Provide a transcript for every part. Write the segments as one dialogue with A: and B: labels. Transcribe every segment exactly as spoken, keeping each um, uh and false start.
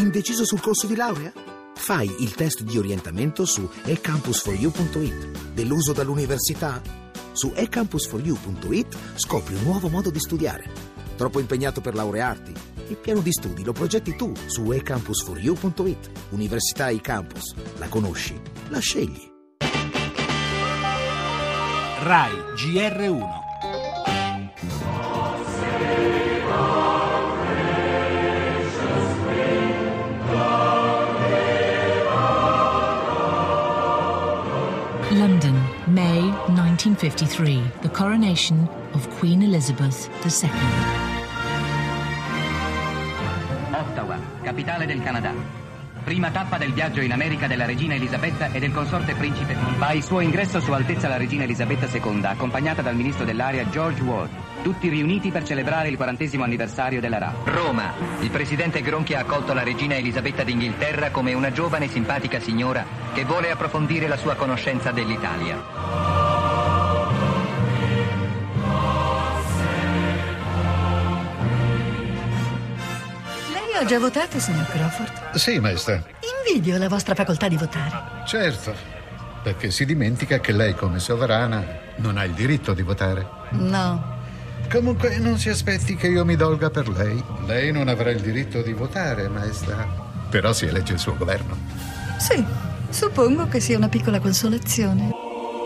A: Indeciso sul corso di laurea? Fai il test di orientamento su e campus for you punto it. Deluso dall'università? Su e campus for you punto it scopri un nuovo modo di studiare. Troppo impegnato per laurearti? Il piano di studi lo progetti tu su e campus for you punto it. Università eCampus. La conosci? La scegli.
B: Rai G R uno.
C: London, May nineteen fifty-three. The coronation of Queen Elizabeth the Second.
D: Ottawa, capitale del Canada. Prima tappa del viaggio in America della regina Elisabetta e del consorte principe. Va il suo ingresso Sua Altezza la regina Elisabetta seconda, accompagnata dal ministro dell'area George Ward, tutti riuniti per celebrare il quarantesimo anniversario della R A F.
E: Roma. Il presidente Gronchi ha accolto la regina Elisabetta d'Inghilterra come una giovane e simpatica signora che vuole approfondire la sua conoscenza dell'Italia.
F: Ho già votato, signor Crawford?
G: Sì, maestra.
F: Invidio la vostra facoltà di votare.
G: Certo, perché si dimentica che lei come sovrana non ha il diritto di votare.
F: No.
G: Comunque non si aspetti che io mi dolga per lei. Lei non avrà il diritto di votare, maestra. Però si elegge il suo governo.
F: Sì, suppongo che sia una piccola consolazione.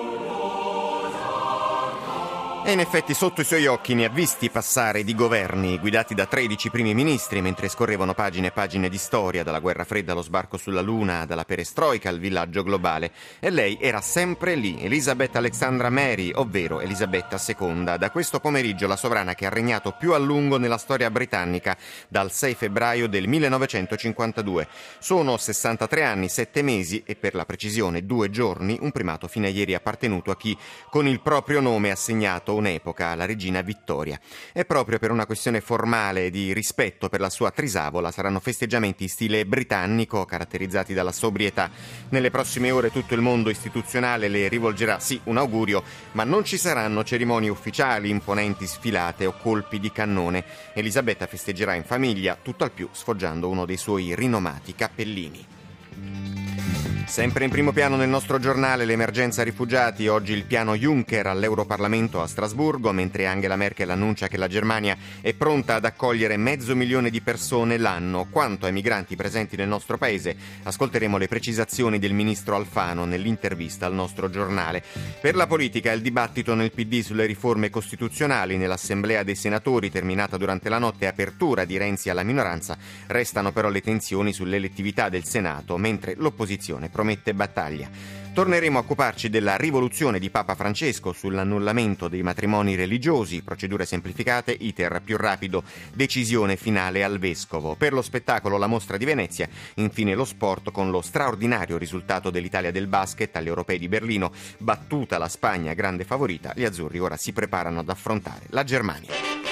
H: E in effetti sotto i suoi occhi ne ha visti passare di governi guidati da tredici primi ministri mentre scorrevano pagine e pagine di storia, dalla guerra fredda allo sbarco sulla Luna, dalla perestroica al villaggio globale. E lei era sempre lì, Elizabeth Alexandra Mary, ovvero Elisabetta seconda. Da questo pomeriggio la sovrana che ha regnato più a lungo nella storia britannica, dal sei febbraio del millenovecentocinquantadue. Sono sessantatré anni, sette mesi e per la precisione due giorni, un primato fino a ieri appartenuto a chi con il proprio nome ha segnato un'epoca, la regina Vittoria. E proprio per una questione formale di rispetto per la sua trisavola saranno festeggiamenti in stile britannico caratterizzati dalla sobrietà. Nelle prossime ore tutto il mondo istituzionale le rivolgerà sì un augurio, ma non ci saranno cerimonie ufficiali, imponenti sfilate o colpi di cannone. Elisabetta festeggerà in famiglia, tutto al più sfoggiando uno dei suoi rinomati cappellini. Sempre in primo piano nel nostro giornale l'emergenza rifugiati, oggi il piano Juncker all'Europarlamento a Strasburgo, mentre Angela Merkel annuncia che la Germania è pronta ad accogliere mezzo milione di persone l'anno. Quanto ai migranti presenti nel nostro paese, ascolteremo le precisazioni del ministro Alfano nell'intervista al nostro giornale. Per la politica, il dibattito nel P D sulle riforme costituzionali nell'Assemblea dei Senatori, terminata durante la notte, apertura di Renzi alla minoranza, restano però le tensioni sull'elettività del Senato, mentre l'opposizione promette battaglia. Torneremo a occuparci della rivoluzione di Papa Francesco sull'annullamento dei matrimoni religiosi, procedure semplificate, iter più rapido, decisione finale al vescovo. Per lo spettacolo la mostra di Venezia, infine lo sport con lo straordinario risultato dell'Italia del basket agli europei di Berlino, battuta la Spagna grande favorita, gli azzurri ora si preparano ad affrontare la Germania.